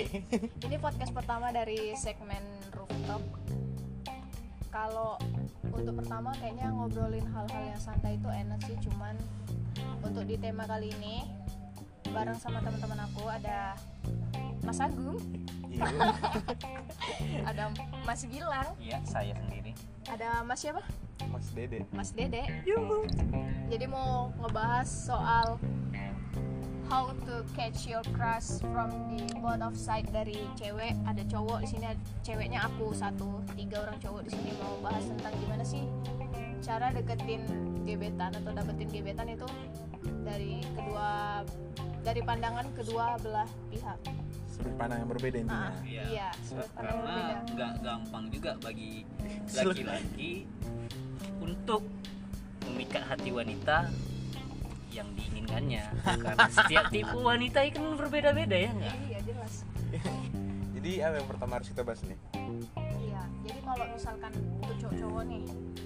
Ini podcast pertama dari segmen rooftop. Kalau untuk pertama kayaknya ngobrolin hal-hal yang santai itu enak sih, cuman untuk di tema kali ini bareng sama teman-teman aku ada Mas Agung, ada Mas Gilang, Iya, saya sendiri. ada Mas siapa? Mas Dede. Yuhu. Jadi mau ngebahas soal how to catch your crush from the both of side, dari cewek ada cowok di sini, ceweknya aku 1, 3 orang cowok di sini. Mau bahas tentang gimana sih cara deketin gebetan atau dapetin gebetan itu dari pandangan kedua belah pihak. Sudut pandang yang berbeda intinya. Iya, sudut pandang Karena berbeda. nggak gampang juga bagi laki-laki untuk memikat hati wanita yang diinginkannya. Karena setiap tipe wanita itu kan berbeda-beda ya nggak? Iya, jelas. Jadi apa yang pertama harus kita bahas nih? Iya, jadi kalau misalkan untuk cowok-cowok nih,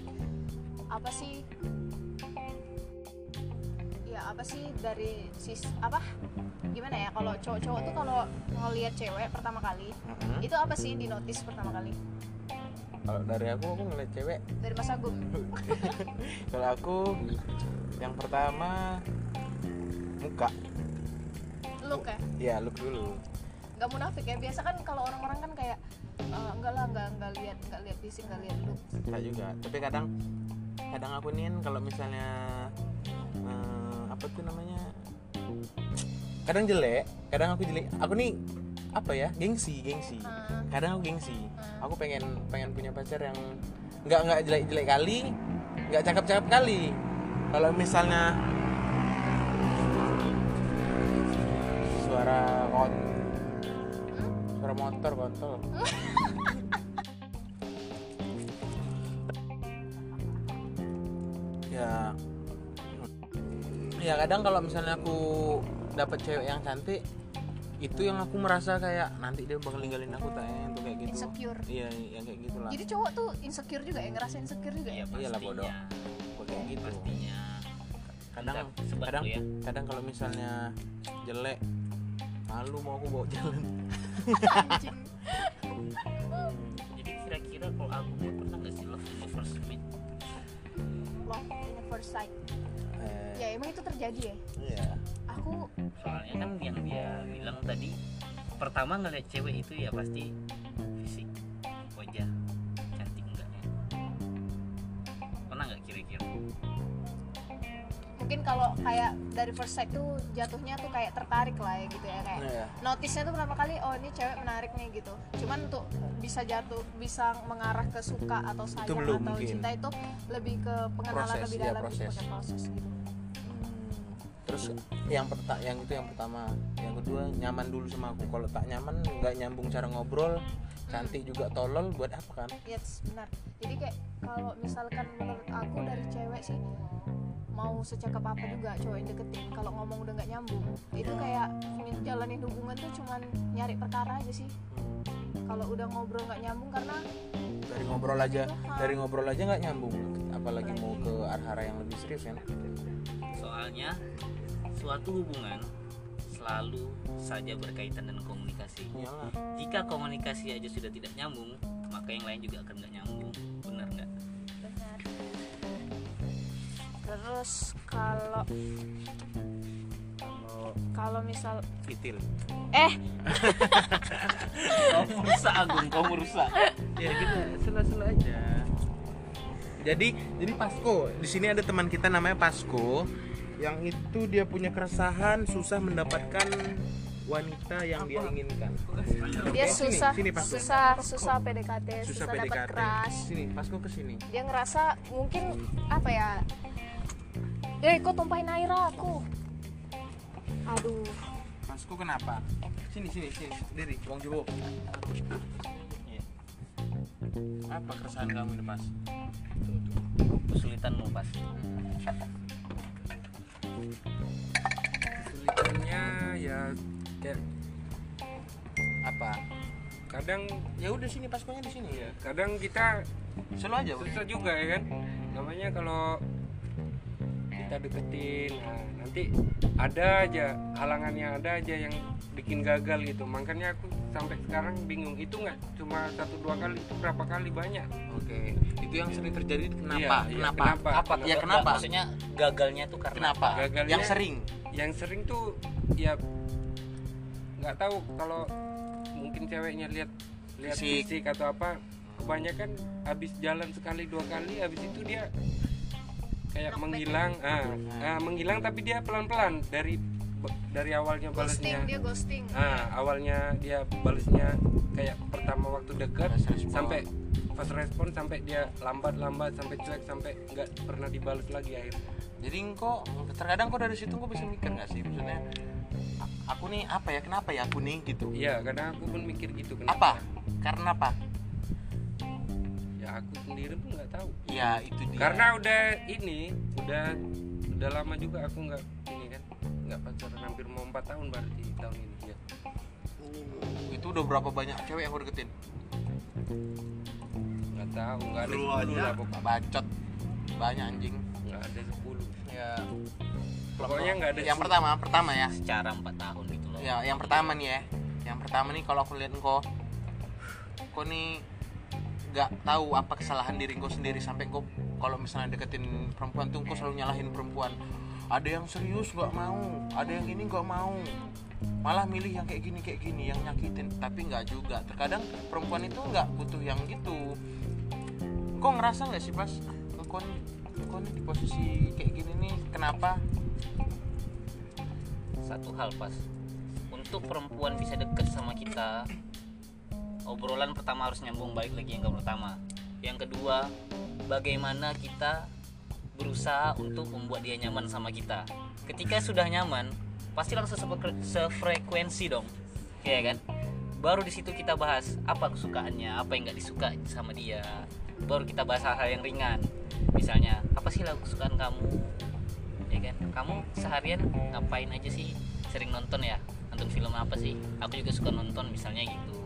apa sih dari gimana ya, kalau cowok-cowok tuh kalau ngelihat cewek pertama kali, itu apa sih di notice pertama kali? Kalau dari aku ngeliat cewek. Dari Mas Agung. Kalau aku yang pertama muka. Look ya? Iya, look dulu. Nggak munafik ya, biasa kan kalau orang-orang kan kayak enggak lihat fisik, nggak lihat look. Enggak juga. Tapi kadang aku nih kalau misalnya apa tuh namanya? Kadang jelek, kadang aku jelek. Aku nih apa ya? Gengsi. Kadang aku gengsi. Aku pengen punya pacar yang nggak jelek kali, nggak cakep kali. Kalau misalnya suara motor kontol. Ya kadang kalau misalnya aku dapat cewek yang cantik, itu yang aku merasa kayak nanti dia bakal ninggalin aku tuh kayak gitu. Insecure. Iya, yang kayak gitulah. Jadi cowok tuh insecure juga ya, ngerasa insecure juga ya? Iyalah bodoh. Kayak gitu. Pastinya. Kadang kalau misalnya jelek, malu mau aku bawa jalan. Anjing. Jadi kira-kira kalau aku pernah nggak sih love in the first meet? Love in the first sight. Ya emang itu terjadi ya? Iya. Aku Soalnya kan yang dia bilang tadi, pertama ngeliat cewek itu ya pasti fisik, wajah, cantik enggaknya. Pernah nggak kira-kira? mungkin kalau kayak dari first sight tuh jatuhnya tuh kayak tertarik lah ya gitu ya, kayak Iya. notice-nya tuh pertama kali, oh ini cewek menarik nih gitu. Cuman untuk bisa mengarah ke suka atau sayang belum atau mungkin. cinta itu lebih ke pengenalan Proses, lebih iya, dalam gitu, proses. pakai proses gitu. Terus yang itu yang pertama, yang kedua nyaman dulu sama aku. Kalau tak nyaman, nggak nyambung cara ngobrol, cantik juga tolol, buat apa kan? Yes, benar. Jadi kayak kalau misalkan menurut aku dari cewek sih, mau secakap apa juga cowok yang deketin, kalau ngomong udah nggak nyambung, itu kayak jalanin hubungan tuh cuman nyari perkara aja sih. Kalau udah ngobrol nggak nyambung, karena dari ngobrol aja nggak nyambung, apalagi mau ke arah yang lebih serius kan? Soalnya suatu hubungan selalu saja berkaitan dengan komunikasi. Iyalah. Jika komunikasi aja sudah tidak nyambung, maka yang lain juga akan nggak nyambung. Benar nggak? benar. Terus kalau misal Titil. Kamu rusak Agung, kamu rusak. Ya kita sela-sela aja. Jadi Pasko, di sini ada teman kita namanya Pasko, yang itu dia punya keresahan susah mendapatkan wanita yang dia inginkan. dia Sini, susah sini, Pasko. susah PDKT, susah dapat PDKT. crush. Sini, Pasko ke sini. Dia ngerasa mungkin apa ya, kok tumpahin air aku, aduh. Pasko kenapa? Sini, diri, Bang Jowo. Iya. Apa keresahan kamu ini, Pas? Kesulitanmu pas. Kesulitannya ya kayak Apa? kadang Ya udah sini, Paskonya di sini. ya kadang kita Selalu aja. susah juga ya kan, namanya kalau kita deketin, nah nanti ada aja halangannya, ada aja yang bikin gagal gitu. Makanya aku sampai sekarang bingung, itu nggak cuma 1-2 kali, itu berapa kali, banyak. Oke, itu yang sering terjadi kenapa? Iya, Kenapa? kenapa? Ya kenapa? Maksudnya gagalnya tuh karena Kenapa? apa? Gagalnya- Yang sering. tuh ya nggak tahu, kalau mungkin ceweknya lihat Fisik. fisik atau apa, kebanyakan habis jalan sekali 2 kali, habis itu dia kayak menghilang, menghilang, tapi dia pelan-pelan dari awalnya ghosting, balasnya. dia ghosting. Awalnya dia balasnya kayak pertama waktu dekat, Fast respon. sampai fast respon, sampai dia lambat sampai cuek, sampai nggak pernah dibalas lagi akhirnya. Jadi kok terkadang kok dari situ kok bisa mikir nggak sih, maksudnya aku nih apa ya, kenapa ya aku nih gitu? Iya, kadang aku pun mikir gitu, Apa? kenapa? Karena apa? Ya aku sendiri pun nggak tahu. Ya itu dia. Karena udah lama juga aku nggak ini kan, nggak pacaran, hampir mau 4 tahun berarti tahun ini ya. Itu udah berapa banyak cewek yang aku deketin? Nggak tahu, nggak ada Lu 10 aja lah pokoknya. bacot banyak anjing. Nggak ada 10. Ya. Pokoknya nggak ada. Yang pertama ya. Secara 4 tahun gitu loh. Ya, yang pertama nih ya. Yang pertama nih kalau aku lihat engkau nih nggak tahu apa kesalahan diri engkau sendiri, sampai engkau kalau misalnya deketin perempuan tuh engkau selalu nyalahin perempuan. Ada yang serius nggak mau, ada yang ini nggak mau, malah milih yang kayak gini yang nyakitin. Tapi nggak juga, terkadang perempuan itu nggak butuh yang gitu. Engkau ngerasa nggak sih pas engkau nih di posisi kayak gini nih, kenapa? Satu hal pas, untuk perempuan bisa deket sama kita, obrolan pertama harus nyambung, balik lagi yang pertama. Yang kedua, bagaimana kita berusaha untuk membuat dia nyaman sama kita. Ketika sudah nyaman, pasti langsung sefrekuensi dong, ya kan? Baru di situ kita bahas apa kesukaannya, apa yang nggak disuka sama dia. Baru kita bahas hal-hal yang ringan. Misalnya, apa sih lagu kesukaan kamu? Ya kan? Kamu seharian ngapain aja sih? Sering nonton ya? Nonton film apa sih? Aku juga suka nonton, misalnya gitu.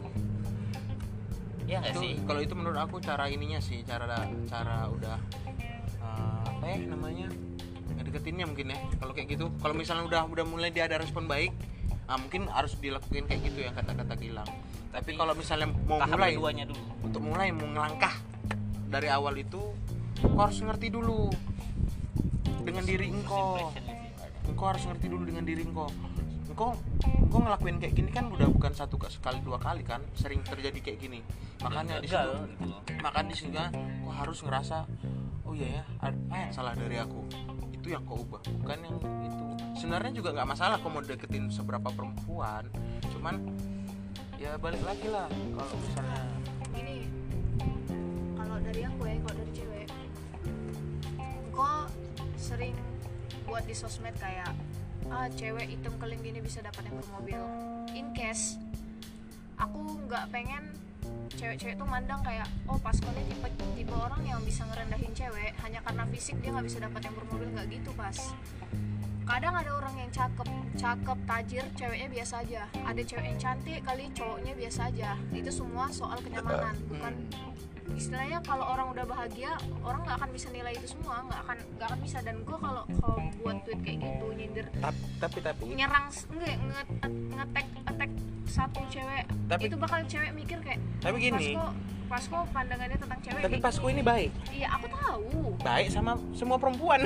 Ya nggak Itu, sih? kalau itu menurut aku cara ininya sih, cara udah apa ya namanya, deketinnya mungkin ya. Kalau kayak gitu, kalau misalnya udah mulai dia ada respon baik, mungkin harus dilakukan kayak gitu yang kata-kata Gilang. Tapi kalau misalnya mau Tahap mulai, keduanya dulu. untuk mulai mau ngelangkah dari awal itu, kau harus ngerti dulu dengan diri engkau. Impression sih. Engkau harus ngerti dulu dengan diri engkau. Engkau ngelakuin kayak gini kan udah bukan 1 kali 2 kali kan, sering terjadi kayak gini. Makanya di situ, Gagal gitu loh. makanya di sini kau harus ngerasa, oh iya ya, apa yang salah dari aku, itu yang kau ubah, bukan yang itu. Sebenarnya juga nggak masalah kau mau deketin seberapa perempuan, cuman ya balik lagi lah kalau misalnya Gini, kalau dari aku ya, kalau dari cewek, kok sering buat di sosmed kayak cewek hitam keling gini bisa dapat yang bermobil. In case aku nggak pengen cewek-cewek tuh mandang kayak, oh Pasko ini tipe orang yang bisa ngerendahin cewek hanya karena fisik dia nggak bisa dapat yang bermobil. Nggak gitu pas. Kadang ada orang yang cakep tajir, ceweknya biasa aja. Ada cewek yang cantik kali, cowoknya biasa aja. Itu semua soal kenyamanan, bukan istilahnya kalau orang udah bahagia, orang nggak akan bisa nilai itu semua, nggak akan bisa. Dan gue kalau buat tweet kayak gitu, nyindir, tapi nyerang, ngetek satu cewek, Tapi- itu bakal cewek mikir kayak, tapi gini, Pasko pandangannya tentang cewek tapi kayak Pasko gini. ini baik Iya, aku tahu. sama semua perempuan.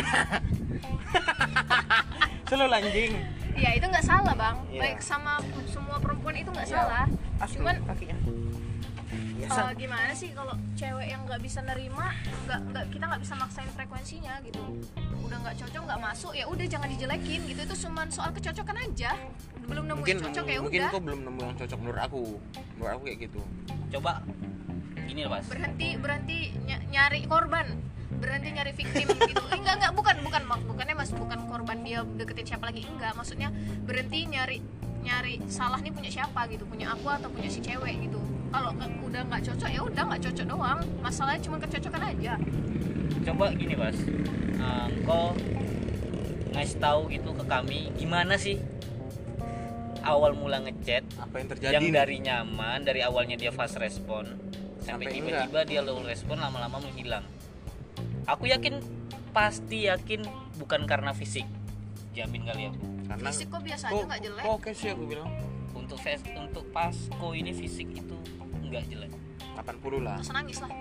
Selalu anjing. Iya, itu nggak salah bang. Iya. Baik sama semua perempuan itu nggak Iya. salah. Cuman kakinya. gimana sih kalau cewek yang nggak bisa nerima, kita nggak bisa maksain frekuensinya gitu. Udah nggak cocok, nggak masuk, ya udah jangan dijelekin gitu. Itu cuma soal kecocokan aja. Belum nemu yang cocok ya mungkin udah. kau belum nemu yang cocok menurut aku kayak gitu. Coba gini loh Mas. Berhenti nyari korban, berhenti nyari victim gitu. Enggak, bukannya mas, bukan korban dia deketin siapa lagi, enggak. Maksudnya berhenti nyari salah nih punya siapa gitu, punya aku atau punya si cewek gitu. Kalau udah nggak cocok ya udah nggak cocok doang, masalahnya cuma kecocokan aja. Coba gini Mas, kau ngasih tahu gitu ke kami gimana sih awal mula ngechat, Apa yang terjadi yang nih? dari nyaman, dari awalnya dia fast respon sampai Sampai tiba-tiba dia low respon, lama-lama menghilang. Aku pasti yakin bukan karena fisik, jamin kali aku. Karena Fisik kok biasa aja nggak jelek. Kok oke sih aku bilang. Untuk Pasco ini fisik itu nggak jelek. 80 lah. Terus nangis lah.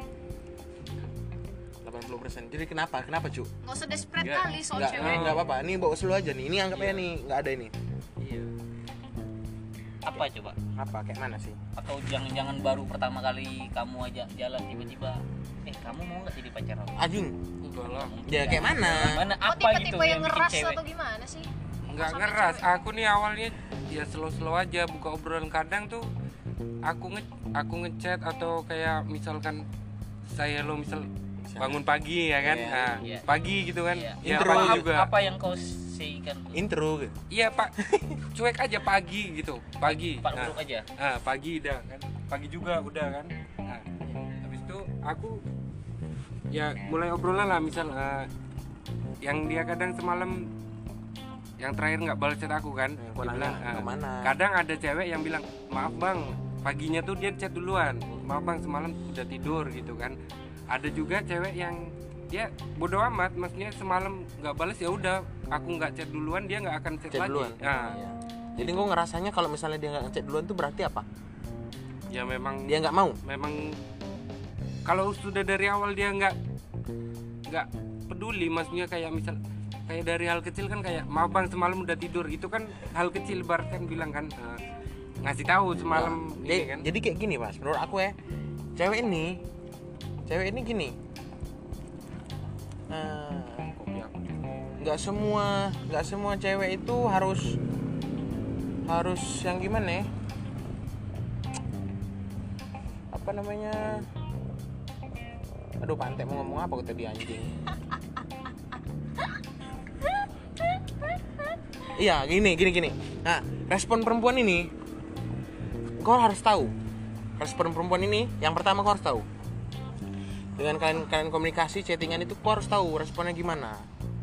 80%. Jadi kenapa cu? Nggak usah desperate Nggak, kali soal Nggak, cewek. nggak apa-apa. Ini bawa slow aja nih. Ini anggap aja Iya. nih nggak ada ini. Iya. Apa coba? Apa kayak mana sih? Atau jangan baru pertama kali kamu ajak jalan tiba-tiba, kamu mau nggak jadi pacar aku? Anjing. Enggak lah. Ya kayak mana? Mana Oh, apa gitu tipe-tipe yang bikin ngeras cewek? atau gimana sih? Nggak Sampai ngeras. cewek. Aku nih awalnya ya slow aja buka obrolan, kadang tuh aku ngechat atau kayak misalkan saya lo misal bangun pagi ya kan. Iya. Nah, Iya. pagi gitu kan. Iya. Ya, Intro pagi Apa- juga. Apa yang kau say-kan tuh? Intro gitu. Iya, Pak. Cuek aja pagi gitu. Pagi. Pak Nah, buruk aja. pagi dah kan. Pagi juga udah kan. Nah, habis itu aku ya mulai obrolan lah, misal yang dia kadang semalam yang terakhir nggak balas chat aku kan. Dia kok nanya, bilang, kemana? kadang ada cewek yang bilang, maaf bang, paginya tuh dia chat duluan, maaf bang semalam udah tidur gitu kan. Ada juga cewek yang dia bodo amat, maksudnya semalam nggak balas ya udah, aku nggak chat duluan, dia nggak akan chat Chat lagi. duluan. Nah, Iya. Jadi gue ngerasanya kalau misalnya dia nggak ngechat duluan tuh berarti apa? ya memang Dia nggak mau. memang kalau sudah dari awal dia nggak peduli, maksudnya kayak misal kayak dari hal kecil kan, kayak maaf bang semalam udah tidur, itu kan hal kecil, ibaratkan bilang kan, ngasih tahu semalam Nah, ini kan. Jadi kayak gini mas, menurut aku ya, cewek ini gini, Kopi aku. nggak semua cewek itu harus yang gimana ya? Apa namanya? Aduh, pantai mau ngomong apa tadi anjing? Iya, gini. Nah, respon perempuan ini, kau harus tahu. Respon perempuan ini, yang pertama kau harus tahu. Dengan kalian komunikasi, chattingan itu kau harus tahu responnya gimana.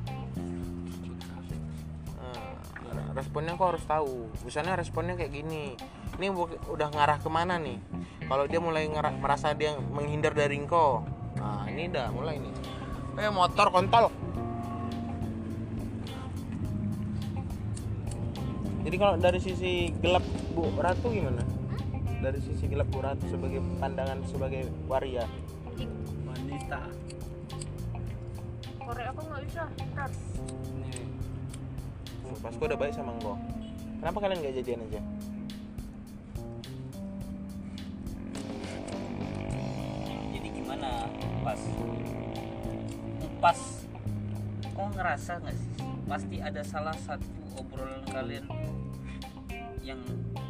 Responnya kau harus tahu. Misalnya responnya kayak gini. Ini udah ngarah kemana nih? Kalau dia mulai merasa dia menghindar dari engkau, nah ini udah mulai nih. Motor kontol. Jadi kalau dari sisi gelap Bu Ratu gimana? Dari sisi gelap Bu Ratu sebagai pandangan sebagai waria. Wanita. Korek aku nggak bisa. Rat. Ini Pas gua udah baik sama engkau. Kenapa kalian gak jadian aja? Jadi gimana pas kau ngerasa nggak sih pasti ada salah satu obrolan kalian yang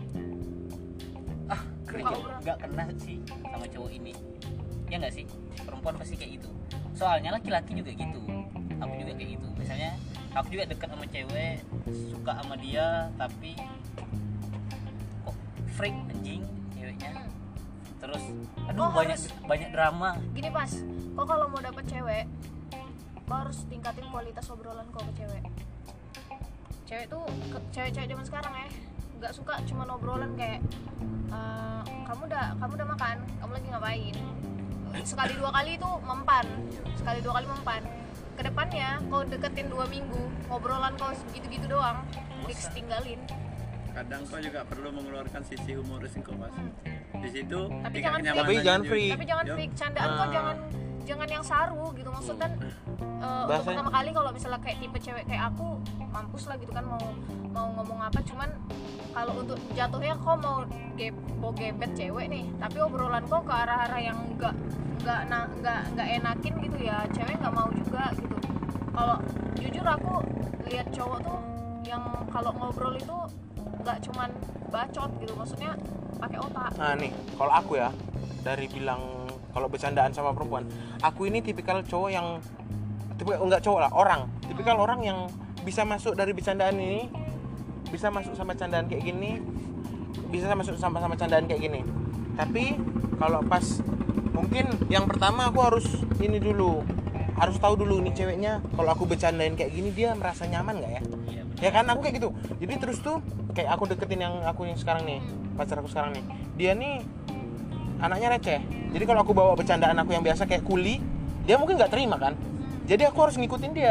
nggak kena sih sama cowok ini, ya nggak sih? Perempuan pasti kayak gitu, soalnya laki-laki juga gitu, aku juga kayak gitu. Misalnya aku juga dekat sama cewek, suka sama dia, tapi kok freak anjing ceweknya, terus aduh Oh, banyak drama. Gini pas, kok kalau mau dapet cewek, kok harus tingkatin kualitas obrolan kok ke cewek. Cewek-cewek zaman sekarang ya, nggak suka cuma obrolan kayak kamu udah makan, kamu lagi ngapain. Sekali dua kali itu mempan. Kedepannya kau deketin 2 minggu, ngobrolan kau gitu-gitu doang, fix tinggalin. Kadang kau juga perlu mengeluarkan sisi humoris kau mas. Di situ Tapi tingkat jangan kenyamanan Tapi jangan juga. free. Tapi jangan Yo. fake, candaan kok jangan yang saru gitu. Maksudnya untuk Bahasanya- pertama kali kalau misalnya kayak tipe cewek kayak aku, mampus lah gitu kan, mau ngomong apa. Cuman kalau untuk jatuhnya kok mau gebet cewek nih, tapi obrolan kok ke arah-arah yang nggak enakin gitu ya, cewek nggak mau juga gitu. Kalau jujur aku lihat cowok tuh yang kalau ngobrol itu nggak cuman bacot gitu, maksudnya pakai otak. Nah nih, kalau aku ya, dari bilang kalau bercandaan sama perempuan, aku ini tipikal cowok yang enggak cowok lah, tipikal orang yang bisa masuk dari bercandaan ini, bisa masuk sama candaan kayak gini, bisa masuk sama candaan kayak gini. Tapi kalau pas, mungkin yang pertama aku harus ini dulu, harus tahu dulu nih ceweknya, kalau aku bercandain kayak gini dia merasa nyaman nggak ya? Iya, bener. Ya kan aku kayak gitu. Jadi terus tuh kayak aku deketin yang sekarang nih, pacar aku sekarang nih, dia nih anaknya receh. Jadi kalau aku bawa bercandaan aku yang biasa kayak kuli, dia mungkin nggak terima kan. Jadi aku harus ngikutin dia.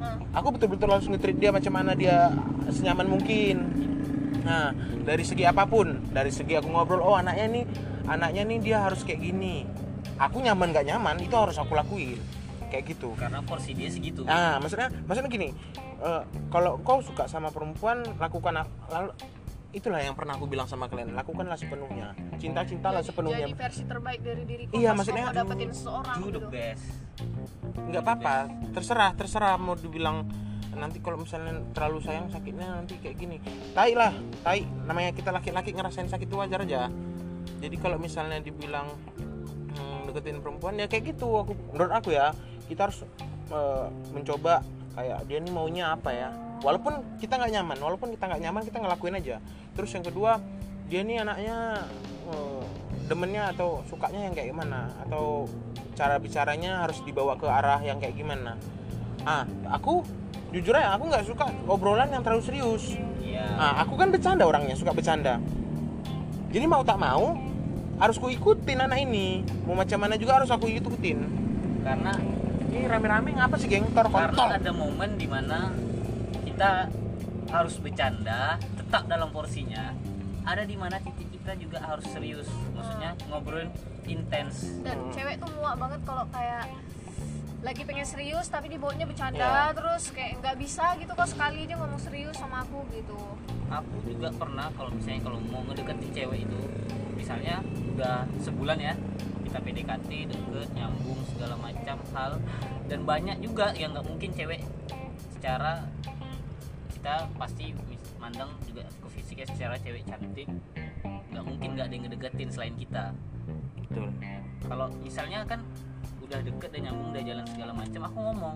Aku betul-betul harus nge-treat dia macam mana dia senyaman mungkin. Nah, dari segi apapun, dari segi aku ngobrol, oh anaknya nih dia harus kayak gini. Aku nyaman gak nyaman itu harus aku lakuin. Kayak gitu. Karena porsi dia segitu. Nah, maksudnya gini, kalau kau suka sama perempuan, lakukan itulah yang pernah aku bilang sama kalian, lakukanlah sepenuhnya. Cinta-cintalah sepenuhnya. Jadi versi terbaik dari diriku. Iya, pas maksudnya, kau dapetin seseorang Do the gitu. best. Nggak apa-apa, terserah mau dibilang nanti kalau misalnya terlalu sayang sakitnya nanti kayak gini. Tai namanya kita laki-laki ngerasain sakit itu wajar aja. Jadi kalau misalnya dibilang deketin perempuan ya kayak gitu, menurut aku ya kita harus mencoba kayak dia nih maunya apa ya, walaupun kita nggak nyaman kita ngelakuin aja. Terus yang kedua, dia nih anaknya demennya atau sukanya yang kayak gimana, atau cara bicaranya harus dibawa ke arah yang kayak gimana. Aku jujur aja aku nggak suka obrolan yang terlalu serius. Iya. Aku kan bercanda, orangnya suka bercanda, jadi mau tak mau harus ku ikutin anak ini, mau macam mana juga harus aku ikutin. Karena Ini rame-rame ngapa sih geng? karena Kontol. ada momen dimana kita harus bercanda tetap dalam porsinya, ada dimana titik kita juga harus serius, maksudnya ngobrol intens. Dan cewek tuh muak banget kalau kayak lagi pengen serius tapi dibawanya bercanda, Iya. terus kayak nggak bisa gitu kok sekali aja ngomong serius sama aku gitu. Aku juga pernah kalau mau ngedeketin cewek itu, misalnya udah sebulan ya kita PDKT, deket, nyambung segala macam hal, dan banyak juga yang nggak mungkin cewek secara kita pasti mandang juga ke fisiknya, secara cewek cantik nggak mungkin nggak ada yang ngedeketin selain kita. Betul. Kalau misalnya kan udah deket dan nyambung, udah jalan segala macam, aku ngomong,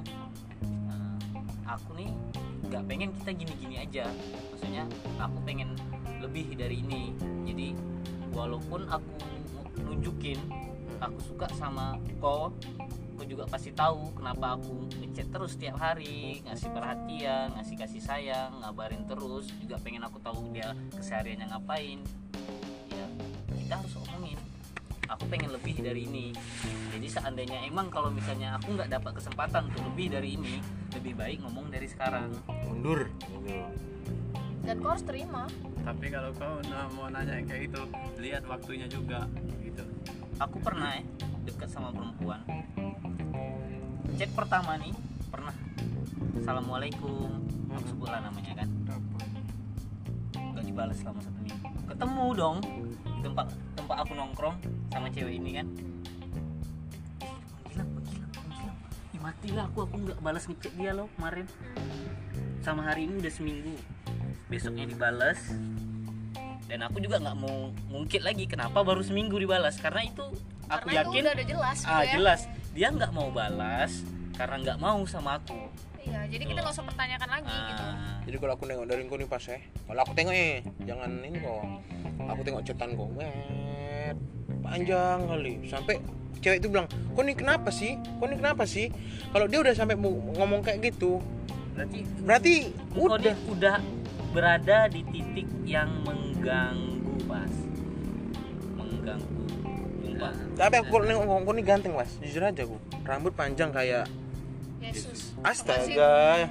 aku nih nggak pengen kita gini-gini aja, maksudnya aku pengen lebih dari ini. Jadi walaupun aku nunjukin aku suka sama kau juga pasti tahu kenapa aku ngechat terus tiap hari, ngasih perhatian, ngasih kasih sayang, ngabarin terus, juga pengen aku tahu dia kesehariannya ngapain. Ya kita harus omongin, aku pengen lebih dari ini. Jadi seandainya emang kalau misalnya aku nggak dapat kesempatan untuk lebih dari ini, lebih baik ngomong dari sekarang. Mundur gitu. Dan kau harus terima. Tapi kalau kau mau nanya kayak gitu, lihat waktunya juga gitu. Aku pernah deket sama perempuan, chat pertama nih pernah assalamualaikum, aku sebutlah namanya kan, nggak dibalas selama 1 minggu. Ketemu dong di tempat aku nongkrong sama cewek ini kan, menghilang. Matilah aku nggak balas ngechat dia loh kemarin, sama hari ini udah seminggu, besoknya dibalas. Dan aku juga nggak mau ngungkit lagi kenapa baru seminggu dibalas, karena itu aku Karena yakin itu udah ada jelas gitu ya. jelas dia nggak mau balas karena nggak mau sama aku. Iya, jadi kita nggak usah pertanyakan lagi gitu. Jadi kalau aku nengok dari kau nih pas kalau aku tengok jangan ini kok. Aku tengok chatan kau, panjang kali sampai cewek itu bilang, kau nih kenapa sih? Kalau dia udah sampai ngomong kayak gitu, berarti Kau udah berada di titik yang mengganggu, Mas. Mengganggu. Sumpah. Tapi aku kalau nengok kau nih ganteng mas, jujur aja aku, rambut panjang kayak Yesus. astaga.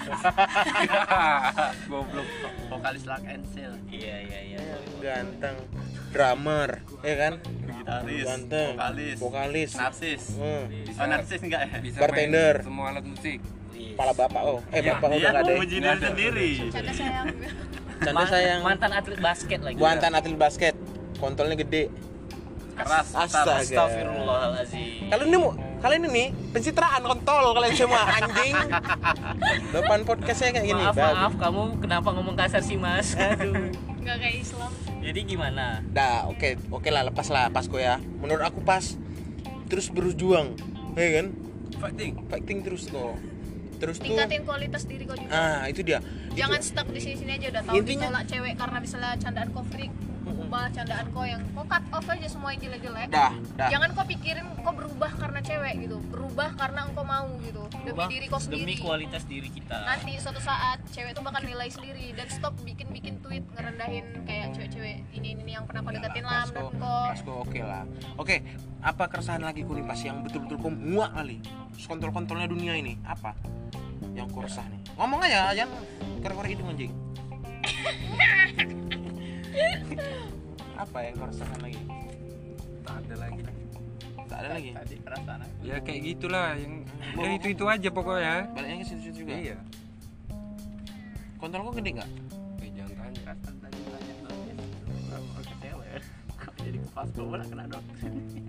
Goblok vokalis Luck and Seal, Iya. Ganteng, drummer, ya kan? gitaris, Ganteng, vokalis, narsis. bisa Oh, narsis enggak ya? Bisa Bartender. main semua alat musik. kepala bapak bapak Dia udah nggak ada. memuji diri sendiri. Canda sayang. Canda sayang. Mantan atlet basket lagi. Mantan atlet basket, kontolnya gede. Keras. Astaga. Astagfirullahaladzim. Kalian ini pencitraan kontol kalian semua anjing. Depan podcast saya kayak gini. Maaf, kamu kenapa ngomong kasar sih, Mas? Aduh. Nggak kayak Islam. Jadi gimana? Dah, oke lah, lepas lah pas kok ya. Menurut aku pas. Terus berjuang, ya kan? Fighting terus kok. Terus tuh. Tingkatin kualitas diri kau juga. Itu dia. Jangan stuck di sini aja, udah tahu Intinya- ditolak cewek karena misalnya candaan kau freak, ubah candaan kau yang kau cut off aja semua yang jelek-jelek. Dah. Jangan kau pikirin kau berubah karena cewek gitu, berubah karena engkau mau gitu, demi Ubah diri kau sendiri. Demi kualitas diri kita. Nanti suatu saat cewek tuh bakal nilai sendiri, dan stop bikin tweet ngerendahin kayak cewek-cewek ini yang pernah kau deketin lah dan kau. Pas kok oke lah. Oke, apa keresahan lagi ku nih pas yang betul-betul kau muak kali? Kontol-kontolnya dunia ini apa? Yang Aku resah nih. Ngomong aja, jangan korek-korek hidung anjing. Apa yang kau rasakan lagi? Tak ada lagi lah. Tak ada lagi. Tadi perasaan aku. Ya kayak gitulah yang ya itu aja pokoknya. Baliknya ke situ-situ juga. Iya. Kontol kau gede nggak? Jangan tanya. Perasaan tadi banyak banget. Kalau ke cewek, kalau jadi pas kau malah kena doxing.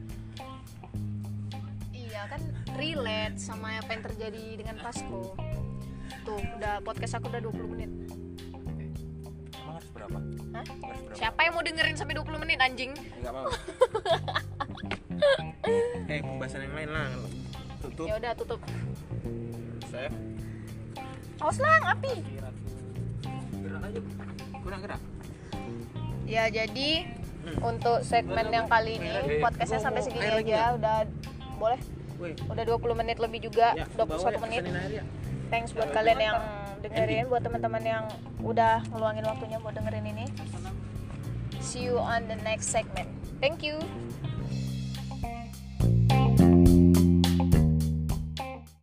Iya kan relate sama apa yang terjadi dengan Pasco. Tuh, udah podcast aku udah 20 menit. Emang harus berapa? Hah? Harus berapa? Siapa yang mau dengerin sampai 20 menit anjing? Enggak mau. Pembahasan yang lain lah. Tutup. Ya udah tutup. Saya Awas lang, api. gerak aja. Kurang gerak. Ya jadi untuk segmen yang kali ini podcastnya sampai segini aja. Udah boleh. Woi. Udah 20 menit lebih juga, 21 menit. Thanks buat kalian yang dengerin, buat teman-teman yang udah ngeluangin waktunya buat dengerin ini. See you on the next segment. Thank you.